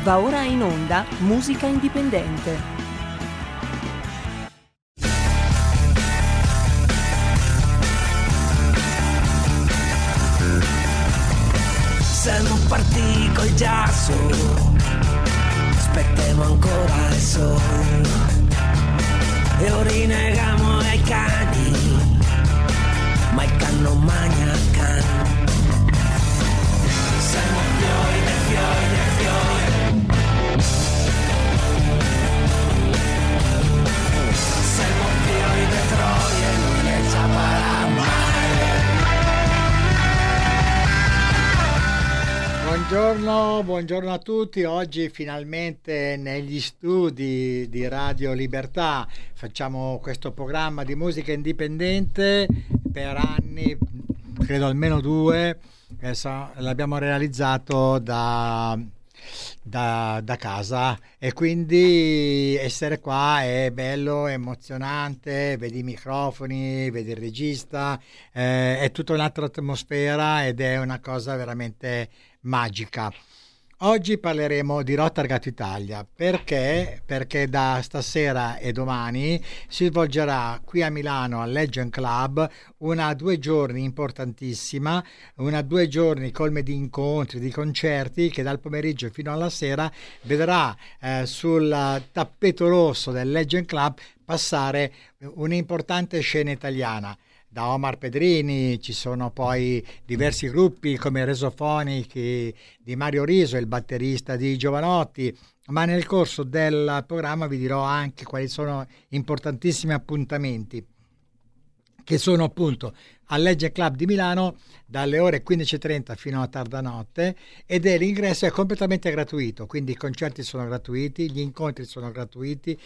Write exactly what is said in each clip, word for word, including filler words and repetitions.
Va ora in onda Musica Indipendente. Siamo partiti col giasso, aspettiamo ancora il sole e orinegamo ai cani, ma il can non magna can. Siamo fiori dei fiori dei fiori, siamo fiori dei troie, non ne saprà mai. Buongiorno, buongiorno a tutti. Oggi finalmente negli studi di Radio Libertà facciamo questo programma di musica indipendente per anni, credo almeno due. Adesso l'abbiamo realizzato da, da, da casa e quindi essere qua è bello, emozionante, vedi i microfoni, vedi il regista, eh, è tutta un'altra atmosfera ed è una cosa veramente magica. Oggi parleremo di Rotargat Italia. Perché? Perché da stasera e domani si svolgerà qui a Milano al Legend Club una due giorni importantissima, una due giorni colme di incontri, di concerti che dal pomeriggio fino alla sera vedrà eh, sul tappeto rosso del Legend Club passare un'importante scena italiana. Da Omar Pedrini ci sono poi diversi gruppi come Resofonic di Mario Riso, il batterista di Giovanotti, ma nel corso del programma vi dirò anche quali sono importantissimi appuntamenti che sono appunto al Legend Club di Milano dalle ore quindici e trenta fino a tarda notte, ed è l'ingresso è completamente gratuito, quindi i concerti sono gratuiti, gli incontri sono gratuiti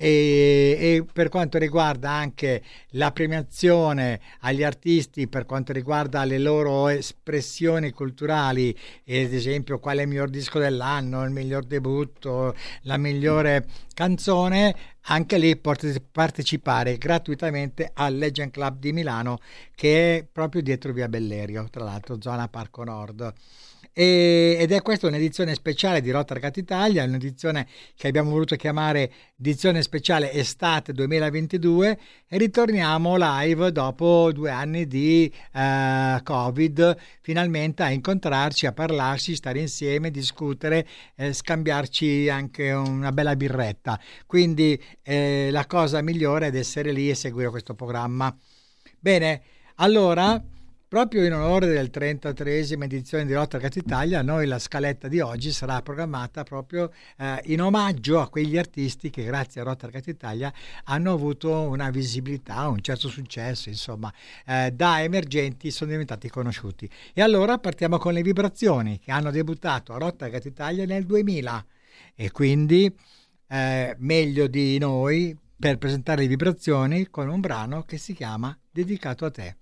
e, e per quanto riguarda anche la premiazione agli artisti, per quanto riguarda le loro espressioni culturali, ad esempio qual è il miglior disco dell'anno, il miglior debutto, la migliore canzone, anche lì potete partecipare gratuitamente al Legend Club di Milano, che è proprio dietro via Bellerio, tra l'altro zona Parco Nord. E, ed è questa un'edizione speciale di Rotargat Italia, un'edizione che abbiamo voluto chiamare edizione speciale estate duemilaventidue, e ritorniamo live dopo due anni di eh, Covid, finalmente a incontrarci, a parlarci, stare insieme, discutere, eh, scambiarci anche una bella birretta. Quindi eh, la cosa migliore è di essere lì e seguire questo programma. Bene, allora, proprio in onore del trentatreesima edizione di Rotargat Italia, noi la scaletta di oggi sarà programmata proprio eh, in omaggio a quegli artisti che grazie a Rotargat Italia hanno avuto una visibilità, un certo successo, insomma, eh, da emergenti sono diventati conosciuti. E allora partiamo con le Vibrazioni, che hanno debuttato a Rotargat Italia nel duemila, e quindi eh, meglio di noi per presentare le Vibrazioni con un brano che si chiama Dedicato a te.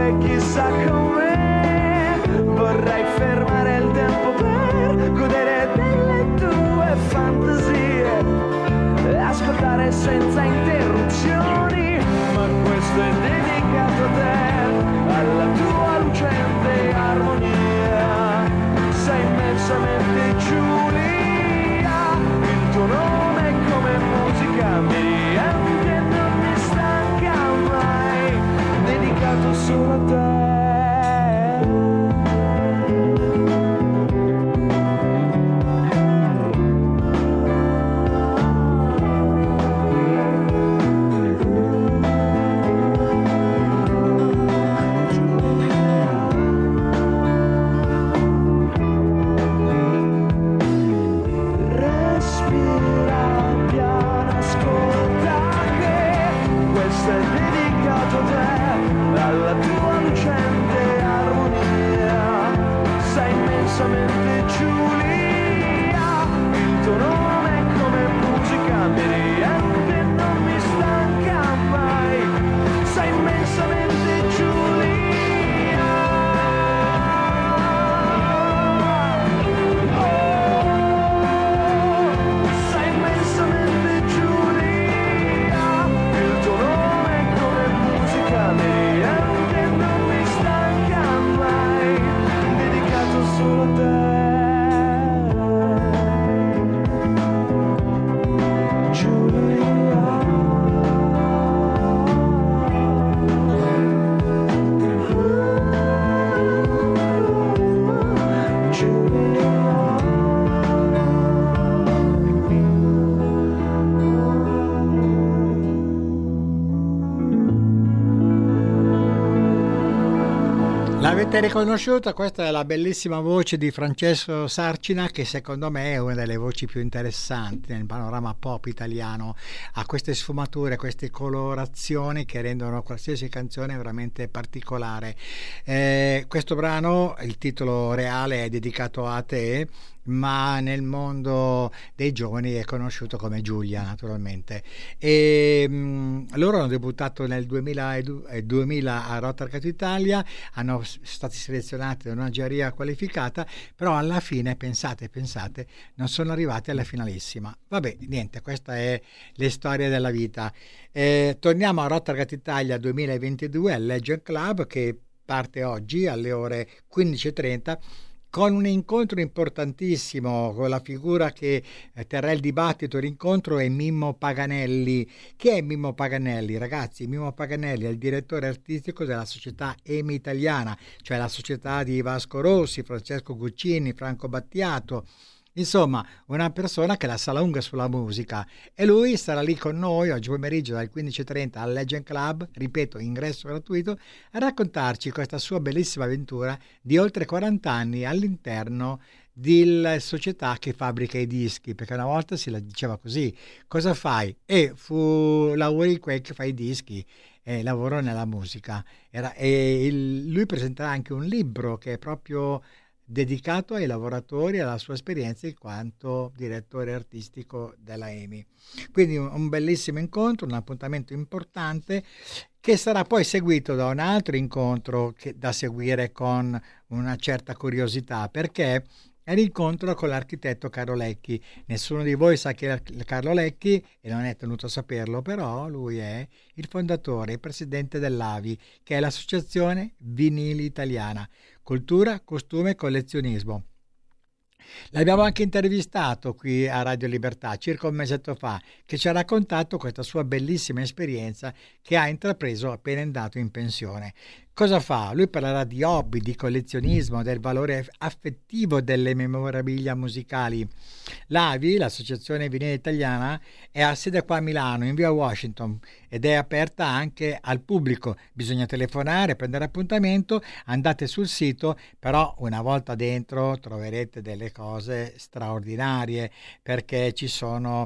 e chissà com'è. Vorrei fermare il tempo per godere delle tue fantasie e ascoltare senza interruzioni, ma questo è dedicato a te, alla tua lucente armonia. Sei immensamente Giulia, il tuo nome è come musica, mi riempie e non mi stanca mai, dedicato solo a te. L'avete riconosciuta? Questa è la bellissima voce di Francesco Sarcina, che secondo me è una delle voci più interessanti nel panorama pop italiano. Ha queste sfumature, queste colorazioni che rendono qualsiasi canzone veramente particolare. Eh, questo brano, il titolo reale è dedicato a te, ma nel mondo dei giovani è conosciuto come Giulia, naturalmente. E mh, loro hanno debuttato nel duemila, duemila a Rotterdam Italia, hanno stati selezionati da una giuria qualificata, però alla fine, pensate, pensate, non sono arrivati alla finalissima. Vabbè, niente, questa è le storie della vita. Eh, torniamo a Rotterdam Italia duemilaventidue al Legend Club, che parte oggi alle ore quindici e trenta, con un incontro importantissimo, con la figura che terrà il dibattito. L'incontro è Mimmo Paganelli. Chi è Mimmo Paganelli? Ragazzi, Mimmo Paganelli è il direttore artistico della società EMI Italiana, cioè la società di Vasco Rossi, Francesco Guccini, Franco Battiato. Insomma, una persona che la sa lunga sulla musica, e lui sarà lì con noi oggi pomeriggio dalle quindici e trenta al Legend Club, ripeto, ingresso gratuito, a raccontarci questa sua bellissima avventura di oltre quaranta anni all'interno della società che fabbrica i dischi, perché una volta si la diceva così: cosa fai? E fu lavori quel che fai i dischi. E lavoro nella musica. Era, e il, lui presenterà anche un libro che è proprio dedicato ai lavoratori e alla sua esperienza in quanto direttore artistico della EMI. Quindi un, un bellissimo incontro, un appuntamento importante, che sarà poi seguito da un altro incontro che, da seguire con una certa curiosità, perché è l'incontro con l'architetto Carlo Lecchi. Nessuno di voi sa chi è Carlo Lecchi e non è tenuto a saperlo, però lui è il fondatore e presidente dell'A V I, che è l'Associazione Vinili Italiana, Cultura, Costume e Collezionismo. L'abbiamo anche intervistato qui a Radio Libertà circa un mesetto fa, che ci ha raccontato questa sua bellissima esperienza che ha intrapreso appena andato in pensione. Cosa fa? Lui parlerà di hobby, di collezionismo, del valore affettivo delle memorabilia musicali. L'A V I, l'Associazione Vinile Italiana, è a sede qua a Milano, in via Washington, ed è aperta anche al pubblico. Bisogna telefonare, prendere appuntamento, andate sul sito, però una volta dentro troverete delle cose straordinarie, perché ci sono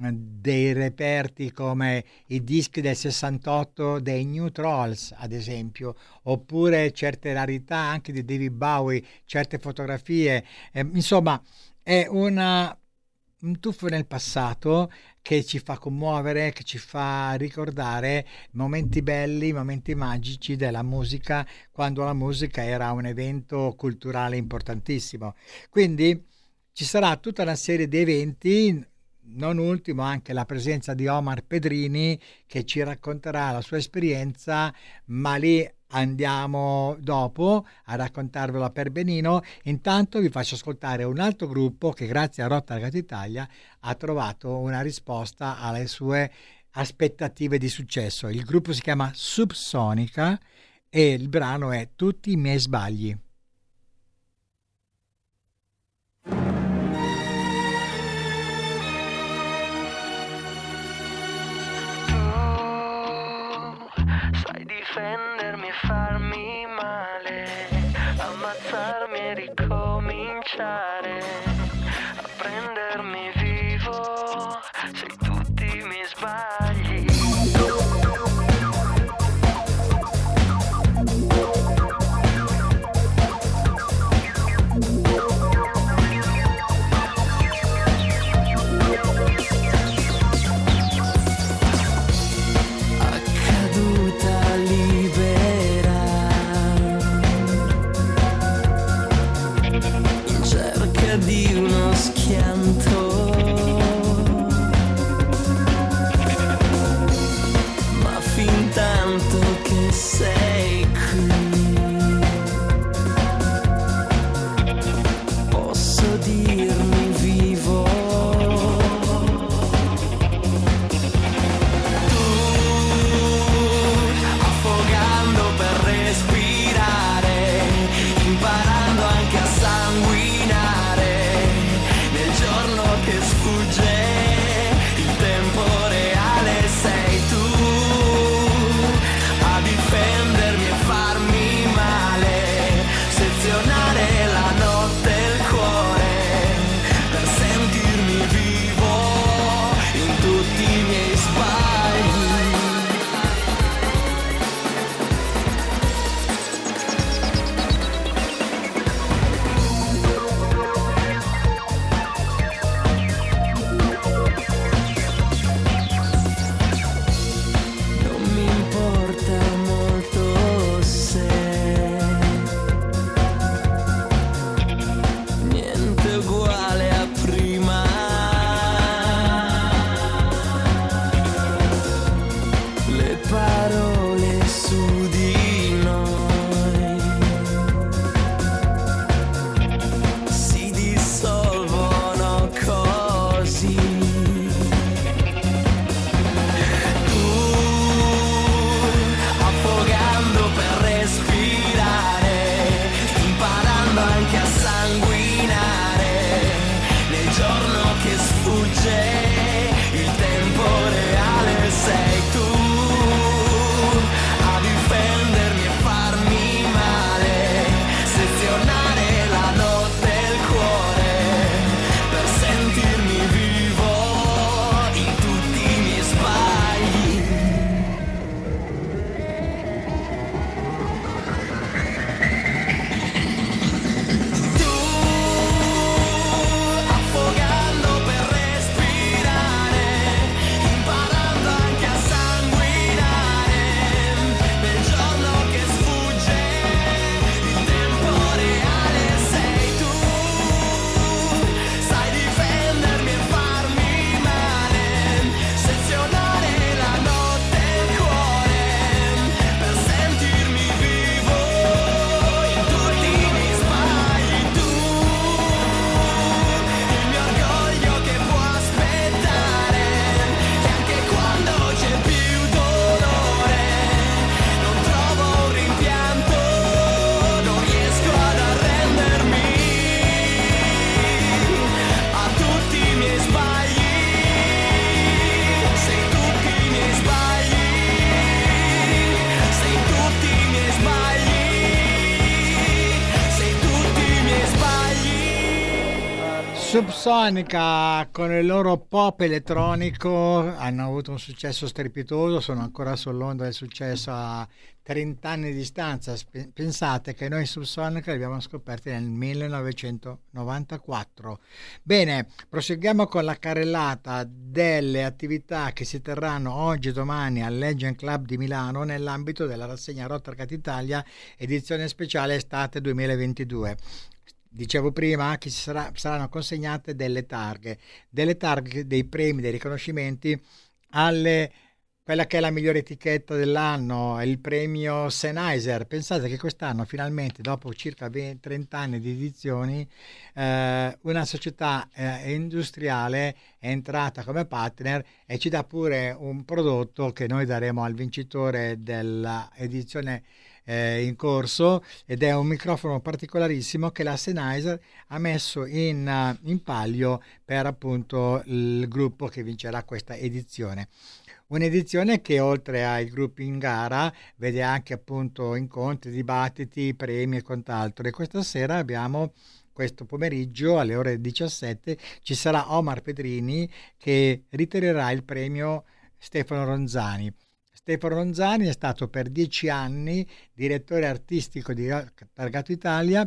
dei reperti come i dischi del sessantotto dei New Trolls, ad esempio, oppure certe rarità anche di David Bowie, certe fotografie. Eh, insomma, è una un tuffo nel passato che ci fa commuovere, che ci fa ricordare momenti belli, momenti magici della musica, quando la musica era un evento culturale importantissimo. Quindi ci sarà tutta una serie di eventi, non ultimo anche la presenza di Omar Pedrini che ci racconterà la sua esperienza, ma lì andiamo dopo a raccontarvelo per benino. Intanto vi faccio ascoltare un altro gruppo che grazie a Rotterdam Italia ha trovato una risposta alle sue aspettative di successo. Il gruppo si chiama Subsonica e il brano è Tutti i miei sbagli. Sai difendermi e farmi male, ammazzarmi e ricominciare, a prendermi vivo, sei tutti i miei sbagli. Di uno schianto, ma fin tanto che sei qui, posso dirmi vivo. Tu, affogando per respirare, imparando anche a sanguinare, nel giorno Subsonica con il loro pop elettronico hanno avuto un successo strepitoso, sono ancora sull'onda del successo a trenta anni di distanza. Pensate che noi Subsonica li abbiamo scoperti nel millenovecentonovantaquattro. Bene, proseguiamo con la carrellata delle attività che si terranno oggi e domani al Legend Club di Milano nell'ambito della rassegna Rotterdam Italia edizione speciale estate duemilaventidue. Dicevo prima che ci sarà, saranno consegnate delle targhe, delle targhe, dei premi, dei riconoscimenti alle quella che è la migliore etichetta dell'anno, il premio Sennheiser. Pensate che quest'anno finalmente, dopo circa venti, trenta anni di edizioni, eh, una società eh, industriale è entrata come partner e ci dà pure un prodotto che noi daremo al vincitore dell'edizione Eh, in corso, ed è un microfono particolarissimo che la Sennheiser ha messo in, uh, in palio per appunto il gruppo che vincerà questa edizione. Un'edizione che oltre ai gruppi in gara vede anche appunto incontri, dibattiti, premi e quant'altro, e questa sera abbiamo questo pomeriggio alle ore diciassette ci sarà Omar Pedrini che ritirerà il premio Stefano Ronzani. Stefano Ronzani è stato per dieci anni direttore artistico di Targato Italia,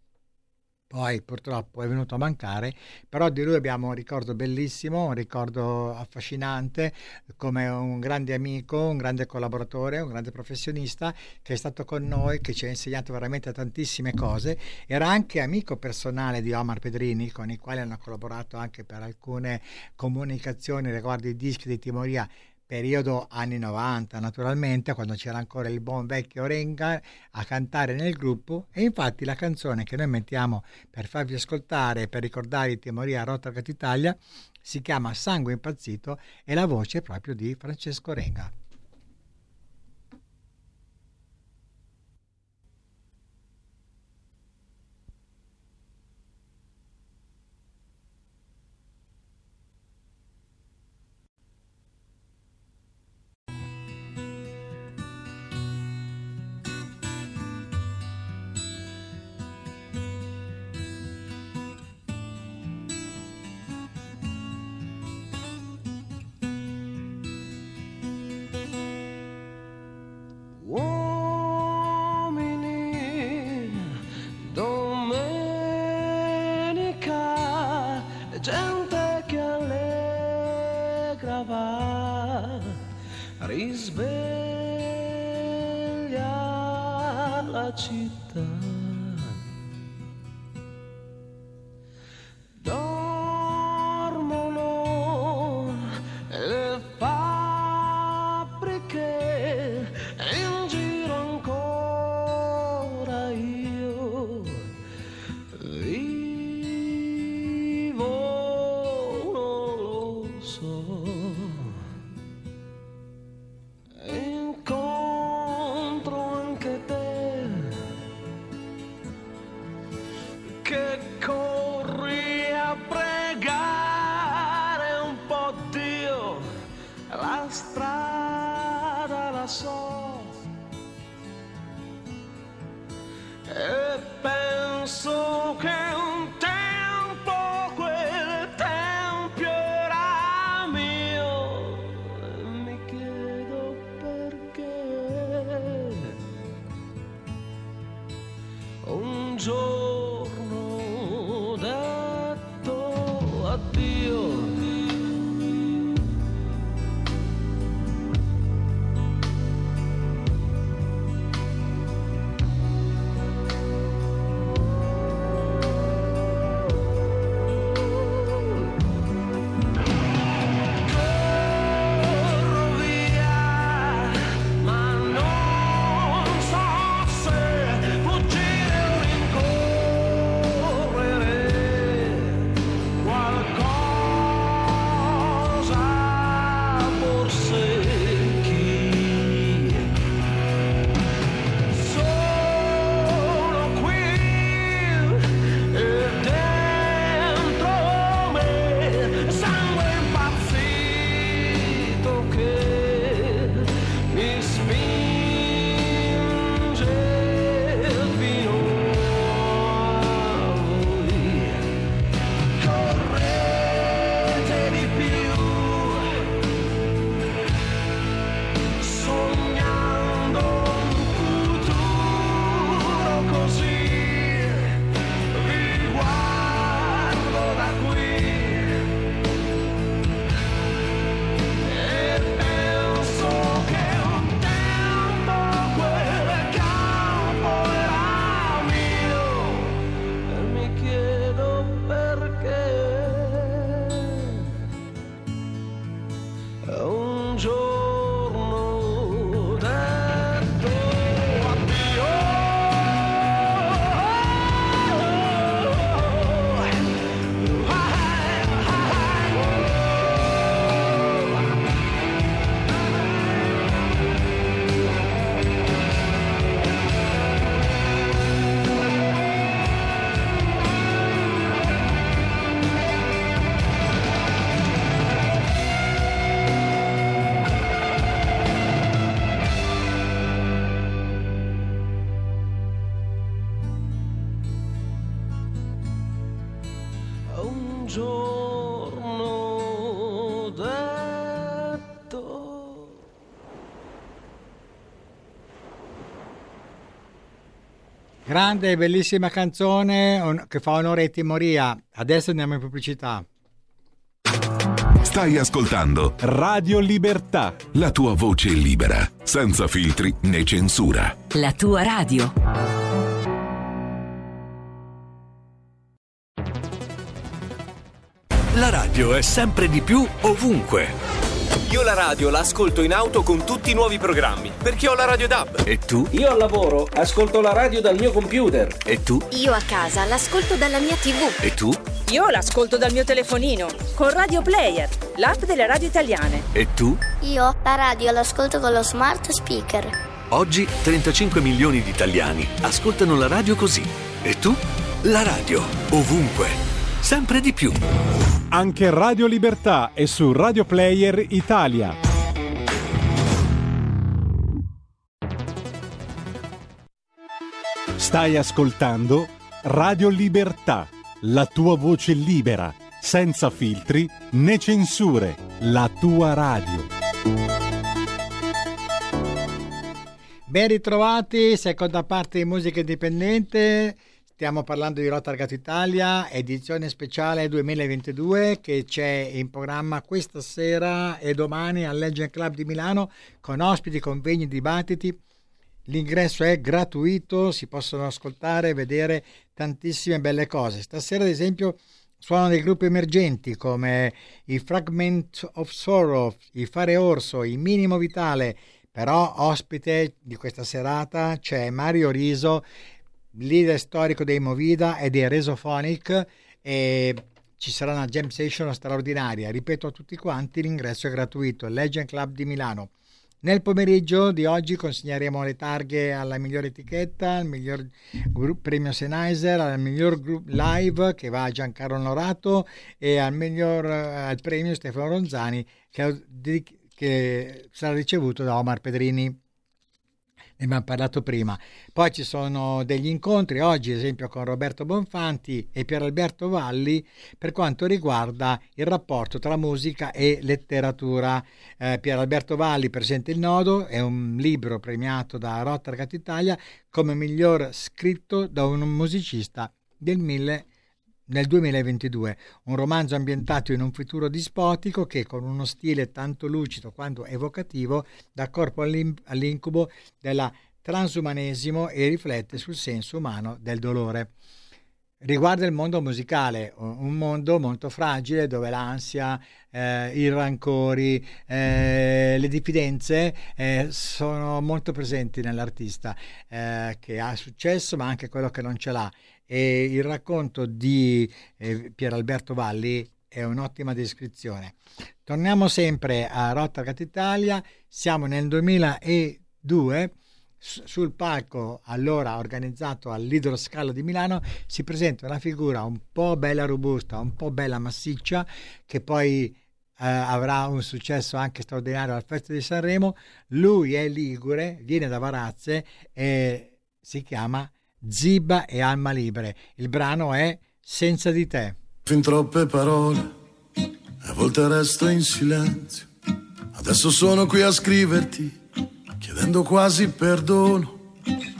poi purtroppo è venuto a mancare, però di lui abbiamo un ricordo bellissimo, un ricordo affascinante, come un grande amico, un grande collaboratore, un grande professionista che è stato con noi, che ci ha insegnato veramente tantissime cose. Era anche amico personale di Omar Pedrini, con i quali hanno collaborato anche per alcune comunicazioni riguardo i dischi di Timoria, periodo anni novanta naturalmente, quando c'era ancora il buon vecchio Renga a cantare nel gruppo. E infatti la canzone che noi mettiamo per farvi ascoltare, per ricordare i Timoria a Rotterdam Italia, si chiama Sangue Impazzito e la voce è proprio di Francesco Renga. Gente che allegra va, risveglia la città. Dormono le fabbriche, in giro ancora io strada la so e penso che un tempo quel tempio era mio e mi chiedo perché un giorno detto addio. Qualcosa Grande e bellissima canzone che fa onore a Timoria. Adesso andiamo in pubblicità. Stai ascoltando Radio Libertà, la tua voce libera, senza filtri né censura. La tua radio. La radio è sempre di più ovunque. Io la radio la ascolto in auto con tutti i nuovi programmi, perché ho la Radio D A B. E tu? Io al lavoro ascolto la radio dal mio computer. E tu? Io a casa l'ascolto dalla mia tivù. E tu? Io l'ascolto dal mio telefonino, con Radio Player, l'app delle radio italiane. E tu? Io la radio l'ascolto con lo smart speaker. Oggi trentacinque milioni di italiani ascoltano la radio così. E tu? La radio, ovunque, sempre di più. Anche Radio Libertà è su Radio Player Italia. Stai ascoltando Radio Libertà, la tua voce libera, senza filtri né censure, la tua radio. Ben ritrovati, seconda parte di Musica Indipendente. Stiamo parlando di Rota Targato Italia, edizione speciale duemilaventidue, che c'è in programma questa sera e domani al Legend Club di Milano, con ospiti, convegni, dibattiti. L'ingresso è gratuito, si possono ascoltare e vedere tantissime belle cose. Stasera, ad esempio, suonano dei gruppi emergenti come i Fragment of Sorrow, i Fare Orso, i Minimo Vitale. Però ospite di questa serata c'è Mario Riso, leader storico dei Movida e dei Resophonic, e ci sarà una jam session straordinaria. Ripeto a tutti quanti, l'ingresso è gratuito, Legend Club di Milano. Nel pomeriggio di oggi consegneremo le targhe alla migliore etichetta, al miglior gruppo premio Sennheiser, al miglior group live che va a Giancarlo Onorato e al miglior al premio Stefano Ronzani che, che sarà ricevuto da Omar Pedrini. Ne abbiamo parlato prima. Poi ci sono degli incontri oggi, ad esempio con Roberto Bonfanti e Pieralberto Valli, per quanto riguarda il rapporto tra musica e letteratura. eh, Pieralberto Valli presenta Il Nodo, è un libro premiato da Rota Targato Italia come miglior scritto da un musicista del mille nel duemilaventidue, un romanzo ambientato in un futuro dispotico che, con uno stile tanto lucido quanto evocativo, dà corpo all'incubo della transumanesimo e riflette sul senso umano del dolore. Riguarda il mondo musicale, un mondo molto fragile dove l'ansia, eh, i rancori, eh, le diffidenze eh, sono molto presenti nell'artista eh, che ha successo, ma anche quello che non ce l'ha. E il racconto di eh, Pieralberto Valli è un'ottima descrizione. Torniamo sempre a Rota Targato Italia, siamo nel duemiladue. Sul palco, allora organizzato all'Idro Scalo di Milano, si presenta una figura un po' bella robusta, un po' bella massiccia, che poi eh, avrà un successo anche straordinario al Festival di Sanremo. Lui è ligure, viene da Varazze e si chiama Ziba e Alma Libre. Il brano è Senza di te. Fin troppe parole, a volte resto in silenzio. Adesso sono qui a scriverti, chiedendo quasi perdono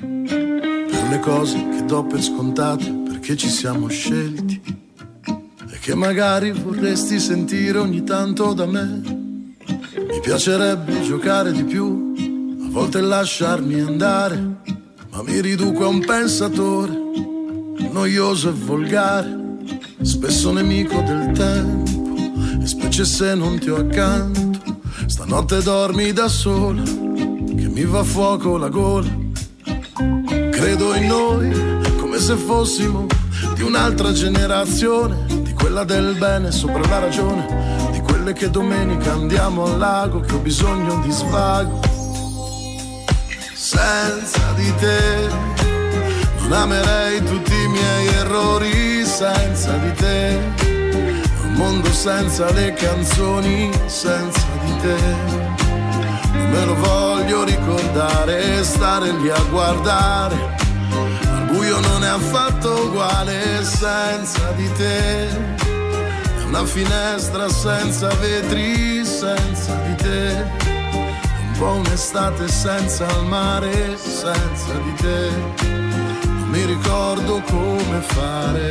per le cose che do per scontate, perché ci siamo scelti e che magari vorresti sentire ogni tanto da me. Mi piacerebbe giocare di più, a volte lasciarmi andare, ma mi riduco a un pensatore noioso e volgare, spesso nemico del tempo, e specie se non ti ho accanto. Stanotte dormi da sola, che mi va a fuoco la gola. Credo in noi come se fossimo di un'altra generazione, di quella del bene sopra la ragione, di quelle che domenica andiamo al lago, che ho bisogno di svago. Senza di te non amerei tutti i miei errori, senza di te un mondo senza le canzoni, senza di te me lo voglio ricordare, stare lì a guardare, al buio non è affatto uguale, senza di te è una finestra senza vetri, senza di te un po' un'estate senza il mare, senza di te non mi ricordo come fare.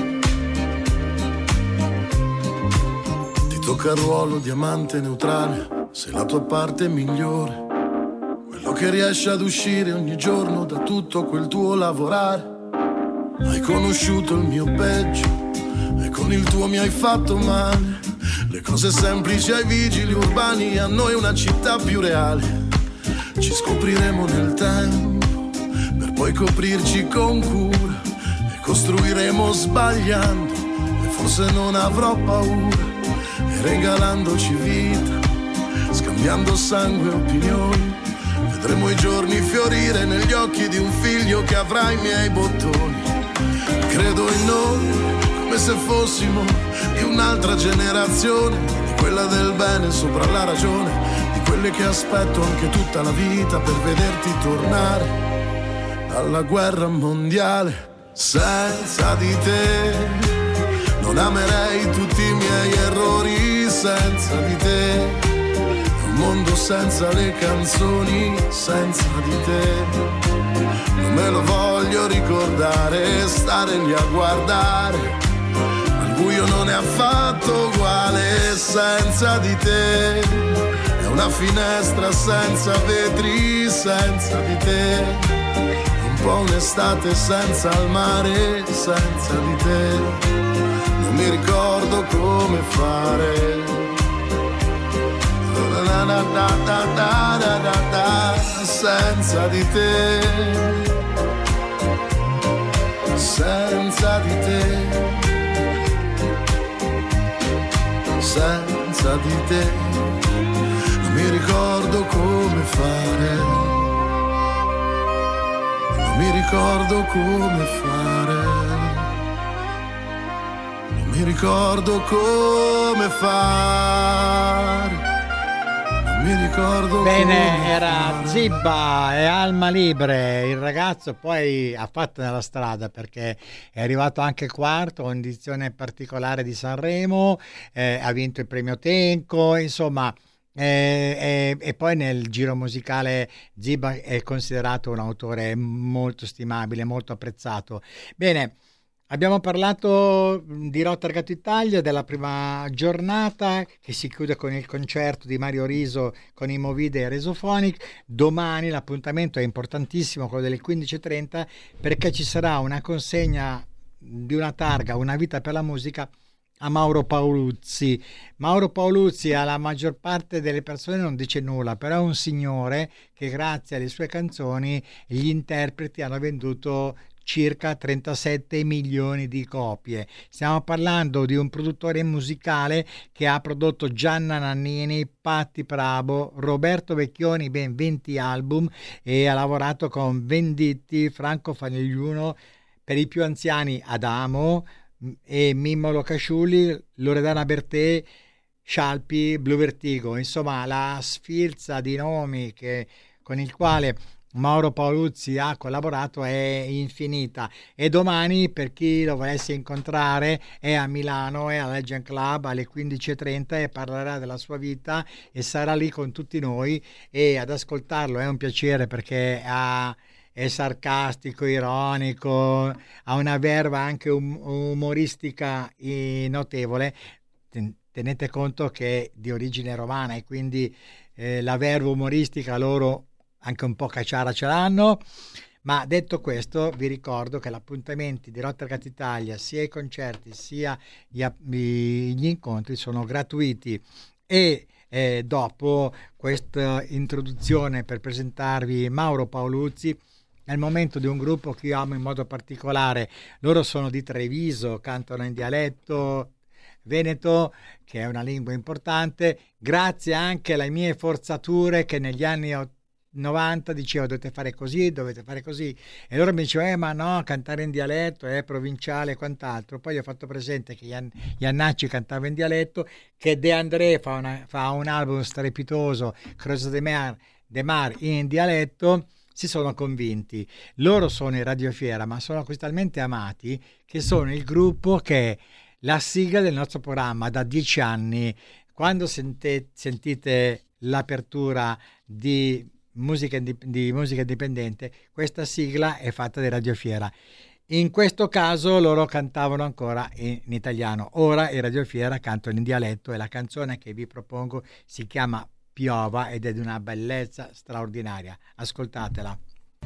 Ti tocca il ruolo di amante neutrale, sei la tua parte migliore, quello che riesce ad uscire ogni giorno da tutto quel tuo lavorare. Hai conosciuto il mio peggio e con il tuo mi hai fatto male. Le cose semplici ai vigili urbani, a noi una città più reale. Ci scopriremo nel tempo per poi coprirci con cura e costruiremo sbagliando e forse non avrò paura, e regalandoci vita, scambiando sangue e opinioni, vedremo i giorni fiorire negli occhi di un figlio che avrà i miei bottoni. Credo in noi come se fossimo di un'altra generazione, di quella del bene sopra la ragione, di quelle che aspetto anche tutta la vita per vederti tornare dalla guerra mondiale. Senza di te non amerei tutti i miei errori, senza di te è un mondo senza le canzoni, senza di te non me lo voglio ricordare, stare lì a guardare, al buio non è affatto uguale. Senza di te è una finestra senza vetri, senza di te è un po' un'estate senza il mare, senza di te non mi ricordo come fare. Da da da da da da da da. Senza di te, senza di te, senza di te, non mi ricordo come fare, non mi ricordo come fare, non mi ricordo come fare. Mi ricordo. Bene, era Zibba e Alma Libre. Il ragazzo poi ha fatto nella strada perché è arrivato anche quarto, condizione particolare di Sanremo, eh, ha vinto il premio Tenco, insomma, eh, eh, e poi nel giro musicale Zibba è considerato un autore molto stimabile, molto apprezzato. Bene. Abbiamo parlato di Rotta al Gatto Italia, della prima giornata che si chiude con il concerto di Mario Riso con i Movide e Resophonic. Domani l'appuntamento è importantissimo, quello delle quindici e trenta, perché ci sarà una consegna di una targa, Una vita per la musica, a Mauro Paoluzzi. Mauro Paoluzzi alla maggior parte delle persone non dice nulla, però è un signore che grazie alle sue canzoni gli interpreti hanno venduto circa trentasette milioni di copie. Stiamo parlando di un produttore musicale che ha prodotto Gianna Nannini, Patti Pravo, Roberto Vecchioni, ben venti album, e ha lavorato con Venditti, Franco Fanigliuno, per i più anziani Adamo e Mimmo Locasciulli, Loredana Bertè, Scialpi, Blue Vertigo. Insomma, la sfilza di nomi che, con il quale Mauro Paoluzzi ha collaborato è infinita. E domani, per chi lo volesse incontrare, è a Milano, è alla Legend Club alle quindici e trenta e parlerà della sua vita e sarà lì con tutti noi, e ad ascoltarlo è un piacere perché ha, è sarcastico, ironico, ha una verba anche um, umoristica notevole. Tenete conto che è di origine romana e quindi eh, la verba umoristica loro anche un po' cacciara ce l'hanno. Ma detto questo, vi ricordo che gli appuntamenti di Rotta al Gatto Italia, sia i concerti sia gli, gli incontri, sono gratuiti. E eh, dopo questa introduzione per presentarvi Mauro Paoluzzi, nel momento di un gruppo che io amo in modo particolare. Loro sono di Treviso, cantano in dialetto veneto, che è una lingua importante, grazie anche alle mie forzature che negli anni novanta dicevo dovete fare così, dovete fare così, e loro mi dicevano eh, ma no, cantare in dialetto è provinciale e quant'altro. Poi ho fatto presente che Ian, Iannacci cantava in dialetto, che De André fa, una, fa un album strepitoso, Creuse de Mar, de Mar in dialetto. Si sono convinti. Loro sono in Radiofiera, ma sono così talmente amati che sono il gruppo che è la sigla del nostro programma da dieci anni. Quando sente, sentite l'apertura di musica di, di musica indipendente, questa sigla è fatta di Radiofiera. In questo caso loro cantavano ancora in, in italiano, ora i Radiofiera cantano in dialetto e la canzone che vi propongo si chiama Piova ed è di una bellezza straordinaria. Ascoltatela.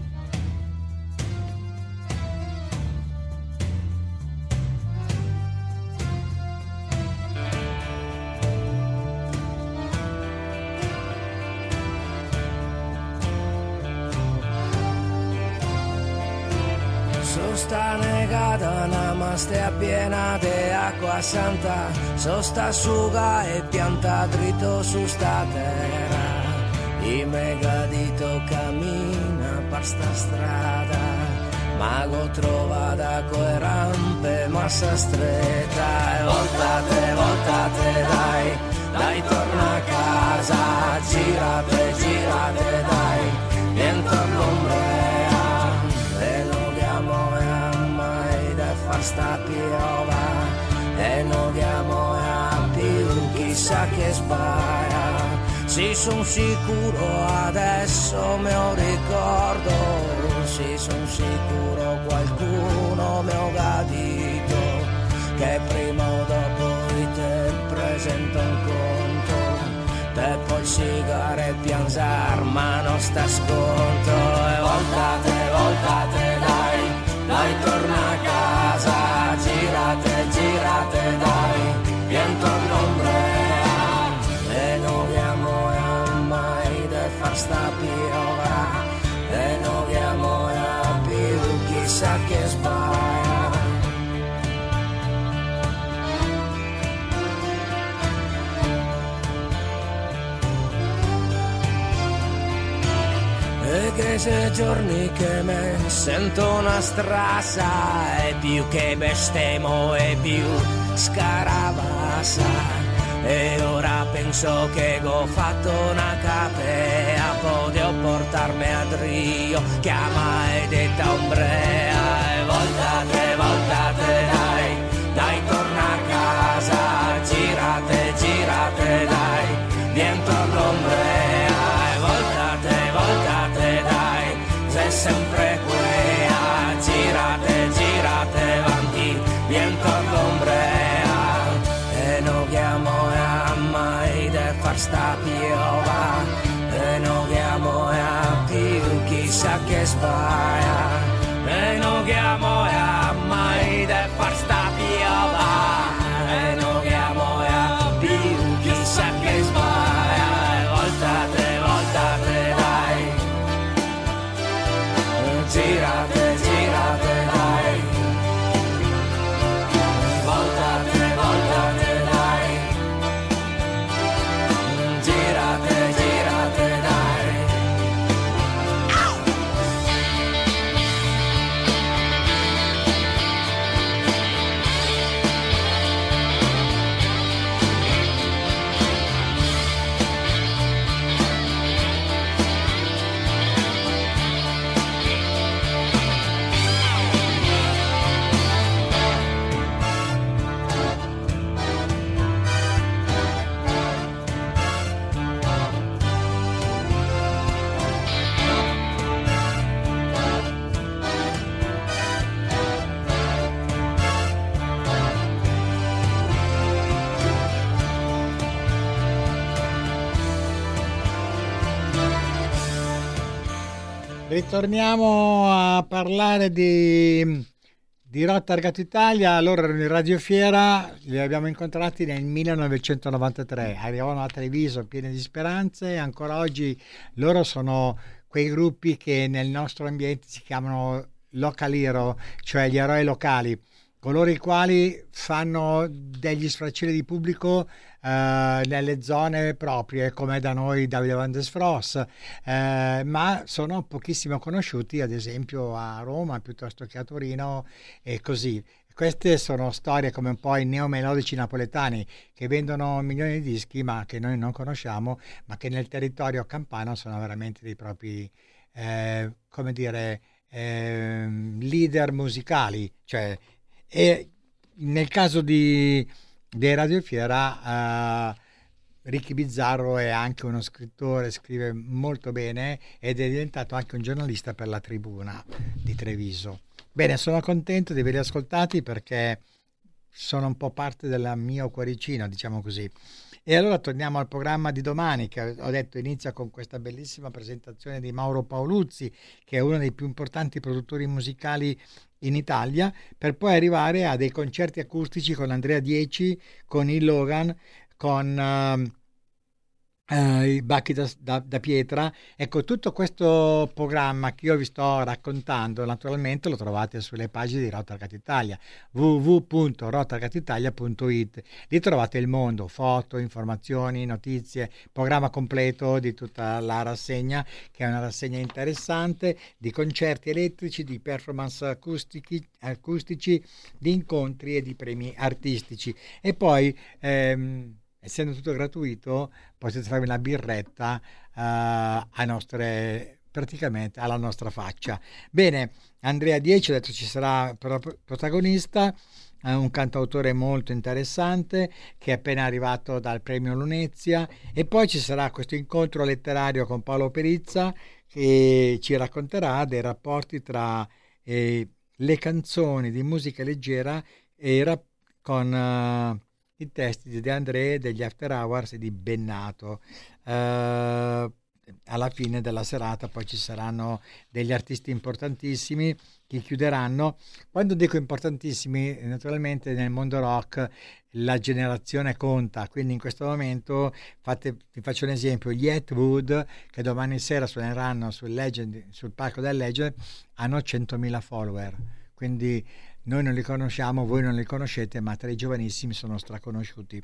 Sta negata, ma stia piena di acqua santa, so sta suga e pianta dritto su sta terra, i megadito cammina per sta strada, mago trovata coi rampe massa stretta, e voltate, voltate dai, dai torna a casa, girate, girate dai, viento all'ombrea, sta piova e non diamo a più chissà che sbaia, sì son sicuro adesso me lo ricordo, sì son sicuro qualcuno mi ho gadito che prima o dopo te presento un conto, te poi sigare e pianzar ma non sta sconto, e voltate, voltate dai, dai torna a casa, girate, girate dai, viento all'ombrea, e non abbiamo mai da far sta piova, e non abbiamo più chissà che sbaia. E che se giorni che me sento una strassa, e più che bestemo e più scaravassa, e ora penso che ho fatto una capea, potevo portarmi a Rio, chiama e detta ombrea, e voltate, voltate dai, dai torna a casa, girate, girate dai, viento all'ombrea, e voltate, voltate dai, sei sempre quella, girate, girate avanti, viento all'ombrea, e non chiamo a mai da far sta piova, e non chiamo a più chissà che sbaia, e non chiamo a mai da far sta piova, e non chiamo a più chissà che sbaia, e voltate, voltate dai, girate, girate dai, voltate, voltate dai, girate, girate dai. Ritorniamo a parlare di, di Rock Targato Italia. Loro erano in Radiofiera, li abbiamo incontrati nel millenovecentonovantatré, arrivavano a Treviso pieni di speranze, e ancora oggi loro sono quei gruppi che nel nostro ambiente si chiamano local hero, cioè gli eroi locali, coloro i quali fanno degli sfraceli di pubblico eh, nelle zone proprie, come da noi Davide Van der Sfross, eh, ma sono pochissimo conosciuti, ad esempio a Roma piuttosto che a Torino, e così. Queste sono storie come un po' i neomelodici napoletani che vendono milioni di dischi ma che noi non conosciamo, ma che nel territorio campano sono veramente dei propri eh, come dire eh, leader musicali, cioè. E nel caso di, di Radiofiera, eh, Ricky Bizzarro è anche uno scrittore, scrive molto bene ed è diventato anche un giornalista per la Tribuna di Treviso. Bene, sono contento di averli ascoltati perché sono un po' parte del mio cuoricino, diciamo così. E allora torniamo al programma di domani, che ho detto inizia con questa bellissima presentazione di Mauro Paoluzzi, che è uno dei più importanti produttori musicali in Italia, per poi arrivare a dei concerti acustici con Andrea Dieci, con il Logan, con uh, uh, i Bacchi da, da, da Pietra. Ecco, tutto questo programma che io vi sto raccontando naturalmente lo trovate sulle pagine di Rotargat Italia, w w w punto rotargat italia punto i t. Lì trovate il mondo, foto, informazioni, notizie, programma completo di tutta la rassegna, che è una rassegna interessante di concerti elettrici, di performance acustici, acustici di incontri e di premi artistici. E poi ehm, essendo tutto gratuito, potete farvi una birretta uh, a nostre, praticamente alla nostra faccia. Bene, Andrea Dieci, ho detto ci sarà protagonista, uh, un cantautore molto interessante che è appena arrivato dal premio Lunezia, e poi ci sarà questo incontro letterario con Paolo Perizza che ci racconterà dei rapporti tra eh, le canzoni di musica leggera e rap- con... Uh, i testi di De André, degli After Hours e di Bennato. Uh, alla fine della serata poi ci saranno degli artisti importantissimi che chiuderanno. Quando dico importantissimi, naturalmente nel mondo rock la generazione conta, quindi in questo momento fate, vi faccio un esempio: gli Atwood, che domani sera suoneranno sul, Legend, sul palco del Legend, hanno centomila follower, quindi noi non li conosciamo, voi non li conoscete, ma tra i giovanissimi sono straconosciuti.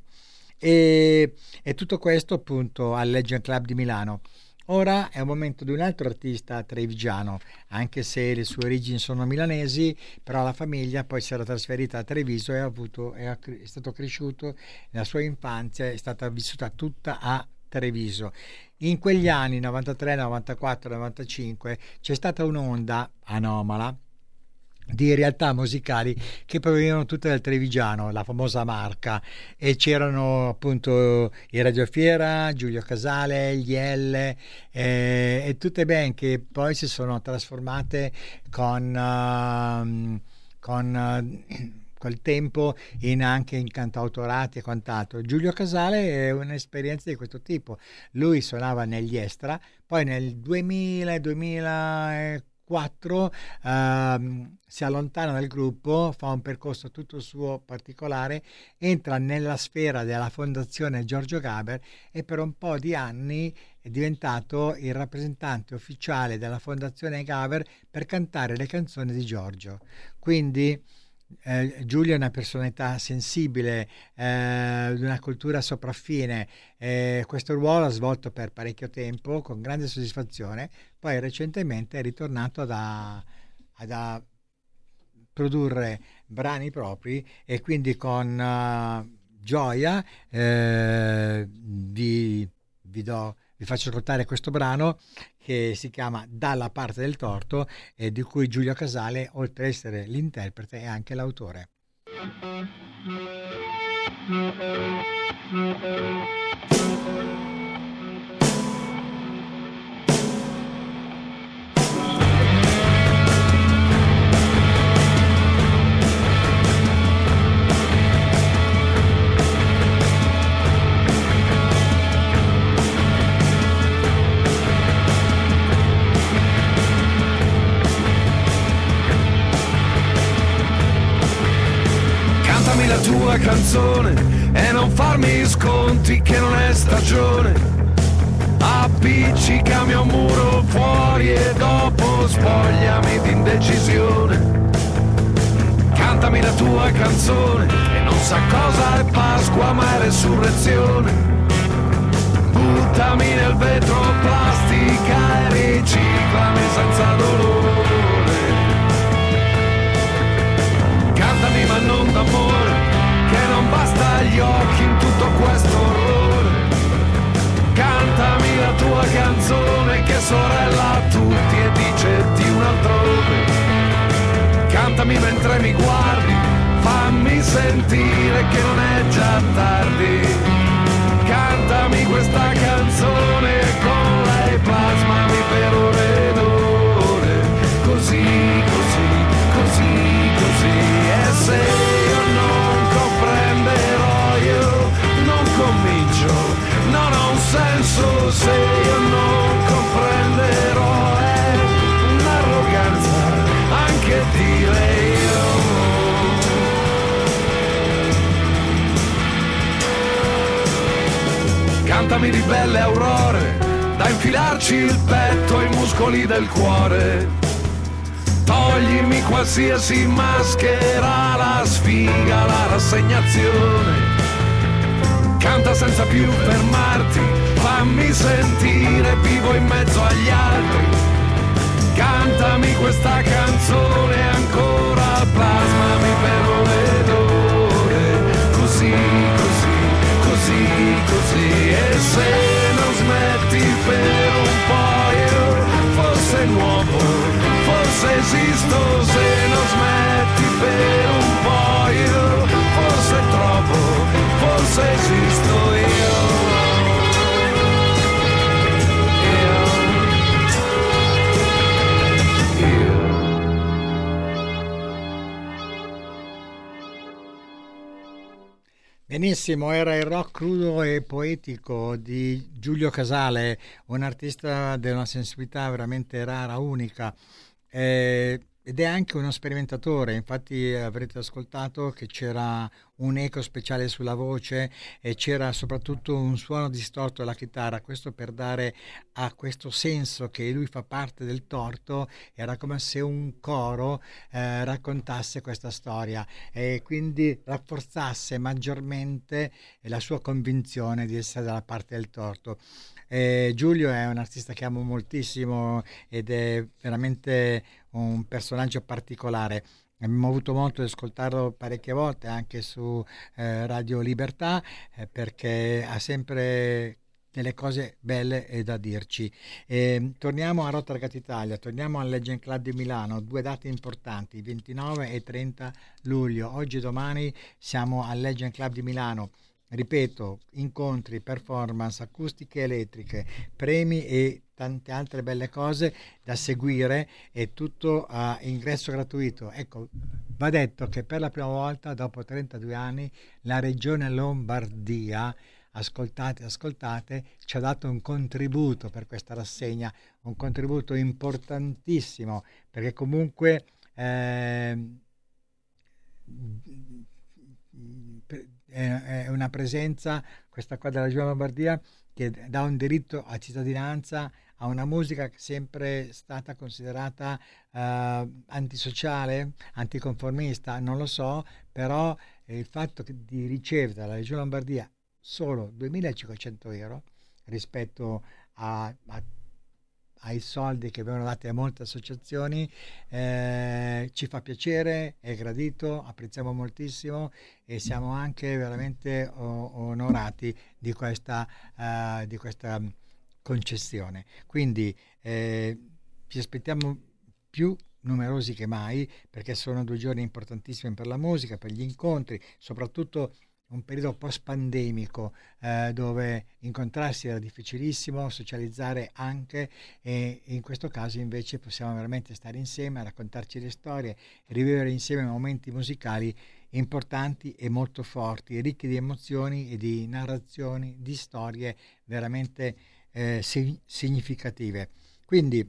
E, e tutto questo appunto al Legend Club di Milano. Ora è un momento di un altro artista trevigiano, anche se le sue origini sono milanesi, però la famiglia poi si era trasferita a Treviso e ha avuto, è, è stato cresciuto, la sua infanzia è stata vissuta tutta a Treviso. In quegli anni novantatré, novantaquattro, novantacinque c'è stata un'onda anomala di realtà musicali che provenivano tutte dal trevigiano, la famosa Marca, e c'erano appunto i Radio Fiera, Giulio Casale, gli L eh, e tutte band che poi si sono trasformate con uh, con uh, col tempo in anche in cantautorati e quant'altro. Giulio Casale è un'esperienza di questo tipo. Lui suonava negli Estra, poi nel duemila duemilaquattro quattro uh, si allontana dal gruppo, fa un percorso tutto suo particolare, entra nella sfera della fondazione Giorgio Gaber e per un po' di anni è diventato il rappresentante ufficiale della fondazione Gaber per cantare le canzoni di Giorgio. Quindi Eh, Giulio è una personalità sensibile, eh, di una cultura sopraffine. Eh, questo ruolo ha svolto per parecchio tempo con grande soddisfazione, poi recentemente è ritornato ad, a, ad a produrre brani propri, e quindi con uh, gioia eh, vi, vi do vi faccio ascoltare questo brano che si chiama Dalla parte del torto, e di cui Giulio Casale, oltre ad essere l'interprete, è anche l'autore. La tua canzone e non farmi sconti che non è stagione. Appiccicami a un muro fuori e dopo spogliami d'indecisione. Cantami la tua canzone e non sa cosa è Pasqua ma è resurrezione. Buttami nel vetro plastica e riciclami senza dolore. Cantami ma non d'amore, che non basta agli occhi in tutto questo orrore. Cantami la tua canzone che sorella a tutti e dice di un altrove. Cantami mentre mi guardi, fammi sentire che non è già tardi. Cantami cantami di belle aurore, da infilarci il petto ai muscoli del cuore. Toglimi qualsiasi maschera, la sfiga, la rassegnazione. Canta senza più fermarti, fammi sentire vivo in mezzo agli altri. Cantami questa canzone ancora, plasmami per ore ed ore. Così, così, così, così. E se non smetti per un po' io, forse è nuovo, forse esisto. Se non smetti per un po' io, forse è troppo, forse esisto io. Benissimo, era il rock crudo e poetico di Giulio Casale, un artista di una sensibilità veramente rara, unica, eh, ed è anche uno sperimentatore. Infatti avrete ascoltato che c'era un eco speciale sulla voce e c'era soprattutto un suono distorto della chitarra, questo per dare a questo senso che lui fa parte del torto. Era come se un coro eh, raccontasse questa storia e quindi rafforzasse maggiormente la sua convinzione di essere dalla parte del torto. Eh, Giulio è un artista che amo moltissimo ed è veramente un personaggio particolare. Abbiamo avuto modo di ascoltarlo parecchie volte anche su eh, Radio Libertà, eh, perché ha sempre delle cose belle e da dirci. E, torniamo a Rotterdam Italia, torniamo al Legend Club di Milano, due date importanti, ventinove e trenta luglio. Oggi e domani siamo al Legend Club di Milano. Ripeto, incontri, performance acustiche e elettriche, premi e tante altre belle cose da seguire, e tutto a ingresso gratuito. Ecco, va detto che per la prima volta dopo trentadue anni la regione Lombardia, ascoltate, ascoltate, ci ha dato un contributo per questa rassegna, un contributo importantissimo, perché comunque eh, è una presenza, questa qua della Regione Lombardia, che dà un diritto a cittadinanza a una musica che è sempre stata considerata uh, antisociale, anticonformista, non lo so, però eh, il fatto che di ricevere dalla Regione Lombardia solo duemilacinquecento euro rispetto a, a ai soldi che vengono dati a molte associazioni, eh, ci fa piacere, è gradito, apprezziamo moltissimo e siamo anche veramente o- onorati di questa, uh, di questa concessione. Quindi eh, ci aspettiamo più numerosi che mai, perché sono due giorni importantissimi per la musica, per gli incontri, soprattutto un periodo post-pandemico eh, dove incontrarsi era difficilissimo, socializzare anche, e in questo caso invece possiamo veramente stare insieme, raccontarci le storie, rivivere insieme momenti musicali importanti e molto forti, ricchi di emozioni e di narrazioni, di storie veramente eh, significative. Quindi,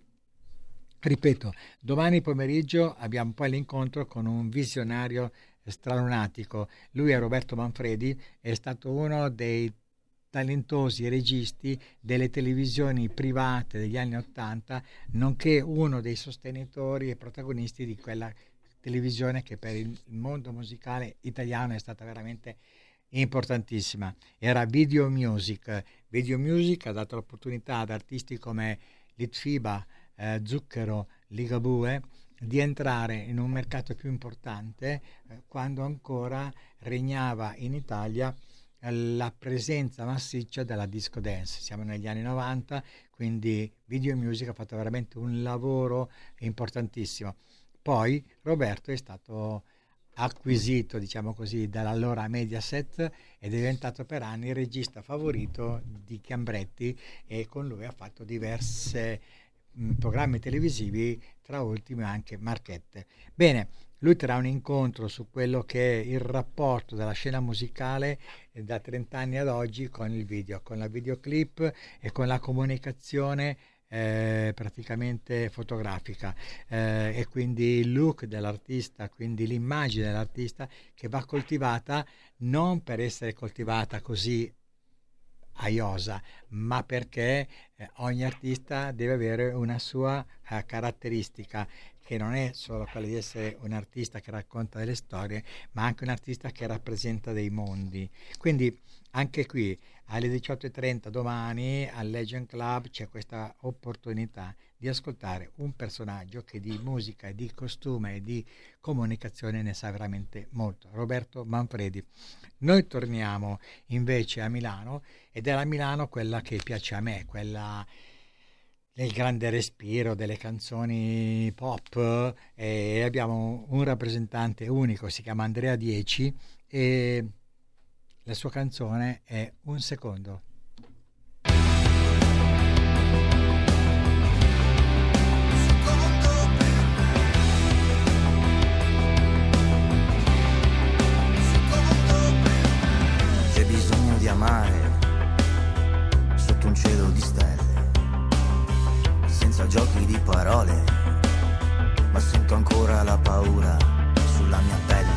ripeto, domani pomeriggio abbiamo poi l'incontro con un visionario stralunatico. Lui è Roberto Manfredi, è stato uno dei talentosi registi delle televisioni private degli anni Ottanta, nonché uno dei sostenitori e protagonisti di quella televisione che per il mondo musicale italiano è stata veramente importantissima. Era Video Music. Video Music ha dato l'opportunità ad artisti come Litfiba, eh, Zucchero, Ligabue di entrare in un mercato più importante eh, quando ancora regnava in Italia eh, la presenza massiccia della disco dance. Siamo negli anni novanta, quindi Video Music ha fatto veramente un lavoro importantissimo. Poi Roberto è stato acquisito, diciamo così, dall'allora Mediaset ed è diventato per anni il regista favorito di Chiambretti, e con lui ha fatto diverse programmi televisivi, tra ultimi anche Marchette. Bene, lui terrà un incontro su quello che è il rapporto della scena musicale da trenta anni ad oggi con il video, con la videoclip e con la comunicazione eh, praticamente fotografica, eh, e quindi il look dell'artista, quindi l'immagine dell'artista che va coltivata non per essere coltivata così a iosa, ma perché eh, ogni artista deve avere una sua eh, caratteristica, che non è solo quella di essere un artista che racconta delle storie, ma anche un artista che rappresenta dei mondi. Quindi anche qui alle diciotto e trenta domani al Legend Club c'è questa opportunità di ascoltare un personaggio che di musica, di costume e di comunicazione ne sa veramente molto, Roberto Manfredi. Noi torniamo invece a Milano, ed è la Milano quella che piace a me, quella del grande respiro delle canzoni pop, e abbiamo un rappresentante unico, si chiama Andrea Dieci, e la sua canzone è Un secondo. C'è bisogno di amare sotto un cielo di stelle, senza giochi di parole, ma sento ancora la paura sulla mia pelle.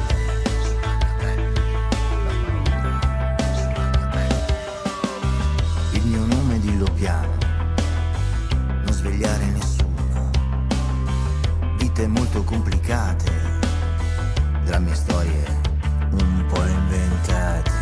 Il mio nome dillo piano, non svegliare nessuno. Vite molto complicate, drammi e storie un po' inventati.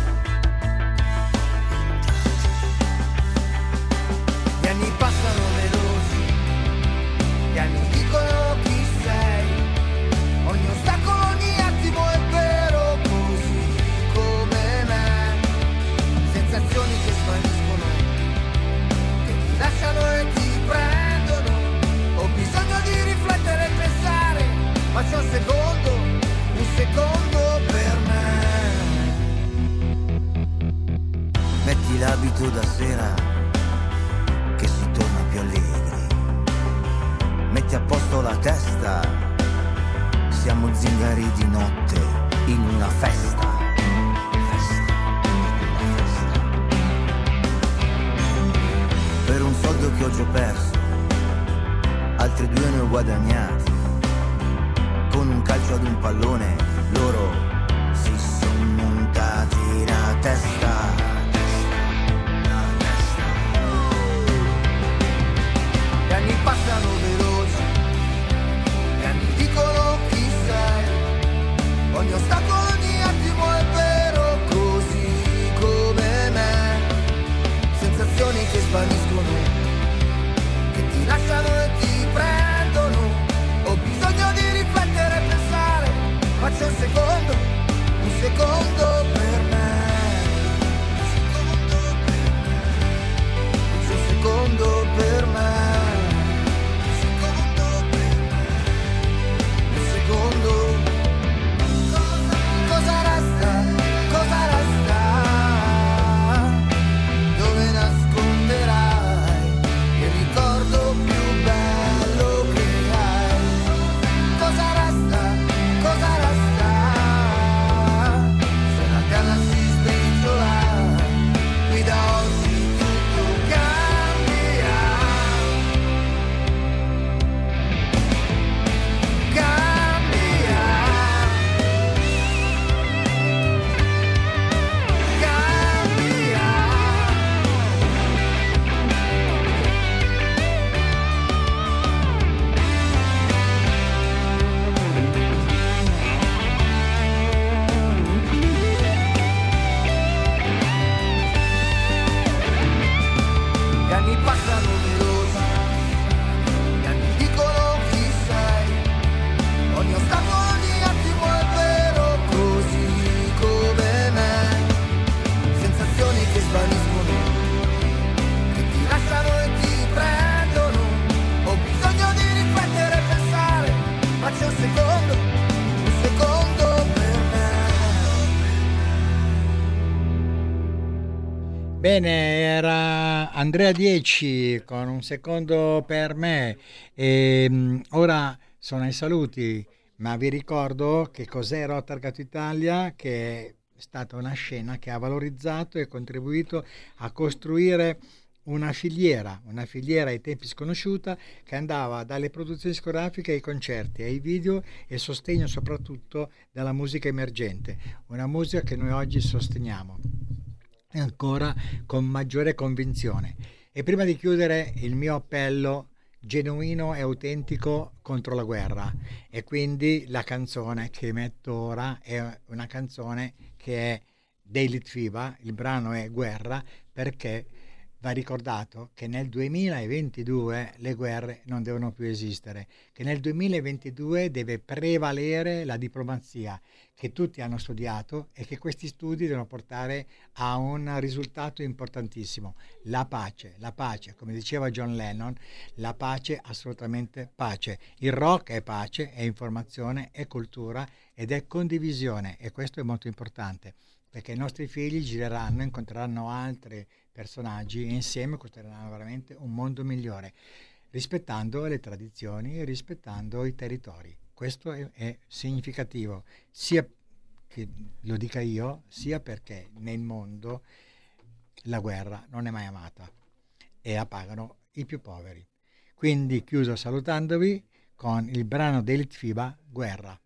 Gli anni passano veloci, gli anni dicono chi sei, ogni ostacolo, ogni attimo è vero, così come me. Sensazioni che svaniscono, che ti lasciano e ti prendono. Ho bisogno di riflettere e pensare, ma c'è un secondo, un secondo per me. Metti l'abito da sera, che si torna più allegri. Metti a posto la testa, siamo zingari di notte in una festa. Per un soldo che oggi ho perso, altri due ne ho guadagnati. Con un calcio ad un pallone, loro si sono montati la testa. Gli anni passano veloci, gli anni dicono chi sei, ogni ostacolo, ogni attimo è vero, così come me. Sensazioni che svaniscono, che ti lasciano e ti prendono. Ho bisogno di riflettere e pensare, ma c'è un secondo, un secondo per me. C'è un secondo per me. Cosa resta, cosa resta, dove nasconderai il ricordo più bello che hai? Cosa resta, cosa resta, se la terra si sbriciola, qui da oggi tutto cambia, cambia. Gli anni passano veloci, gli anni dicono chi sei, ogni ostacolo, ogni attimo è vero, così come me. Sensazioni che svaniscono, che ti lasciano e ti prendono. Ho bisogno di riflettere e pensare, ma c'è un secondo, un secondo per me. Bene, era Andrea Dieci con Un secondo per me, e mh, ora sono ai saluti, ma vi ricordo che cos'è Rotargat Italia, che è stata una scena che ha valorizzato e contribuito a costruire una filiera, una filiera ai tempi sconosciuta, che andava dalle produzioni discografiche ai concerti, ai video, e sostegno soprattutto della musica emergente, una musica che noi oggi sosteniamo. ancora con maggiore convinzione. E prima di chiudere, il mio appello genuino e autentico contro la guerra, e quindi la canzone che metto ora è una canzone che è dei Litfiba, il brano è Guerra, perché va ricordato che nel duemilaventidue le guerre non devono più esistere, che nel duemilaventidue deve prevalere la diplomazia, che tutti hanno studiato e che questi studi devono portare a un risultato importantissimo, la pace. La pace, come diceva John Lennon, la pace, assolutamente pace. Il rock è pace, è informazione, è cultura ed è condivisione, e questo è molto importante, perché i nostri figli gireranno, incontreranno altri personaggi e insieme costruiranno veramente un mondo migliore, rispettando le tradizioni e rispettando i territori. Questo è, è significativo, sia che lo dica io, sia perché nel mondo la guerra non è mai amata e la pagano i più poveri. Quindi chiuso salutandovi con il brano dei Litfiba, Guerra.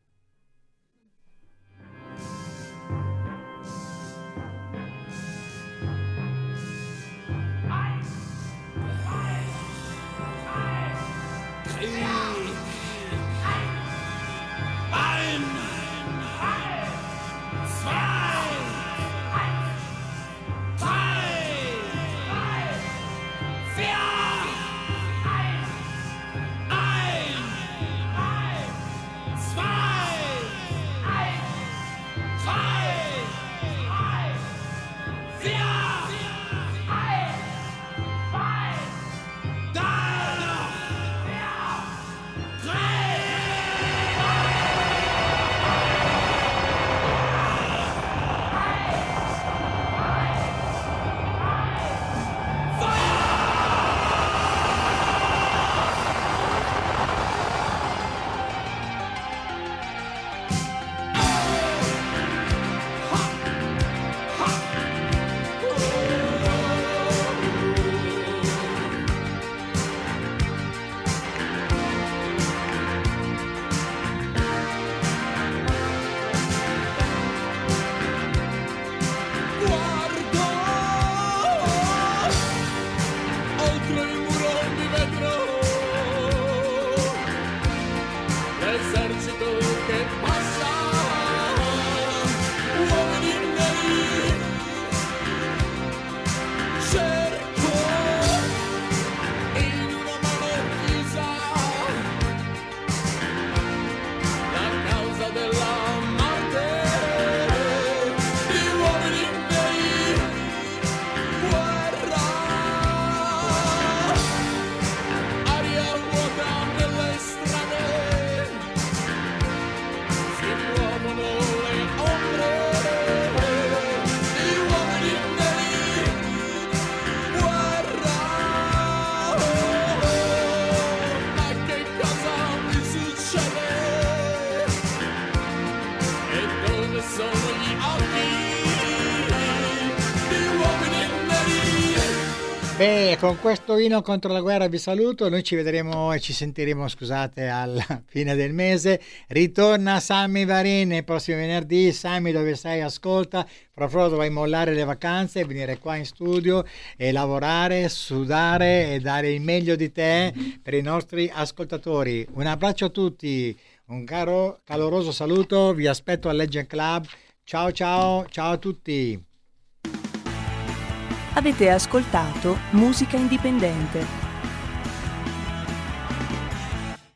Beh, con questo inno contro la guerra vi saluto, noi ci vedremo e ci sentiremo, scusate, alla fine del mese. Ritorna Sammy Varin il prossimo venerdì. Sammy, dove sei? Ascolta, fra poco dovrai mollare le vacanze, venire qua in studio e lavorare, sudare e dare il meglio di te per i nostri ascoltatori. Un abbraccio a tutti, un caro caloroso saluto, vi aspetto al Legend Club. Ciao ciao, ciao a tutti. Avete ascoltato Musica Indipendente.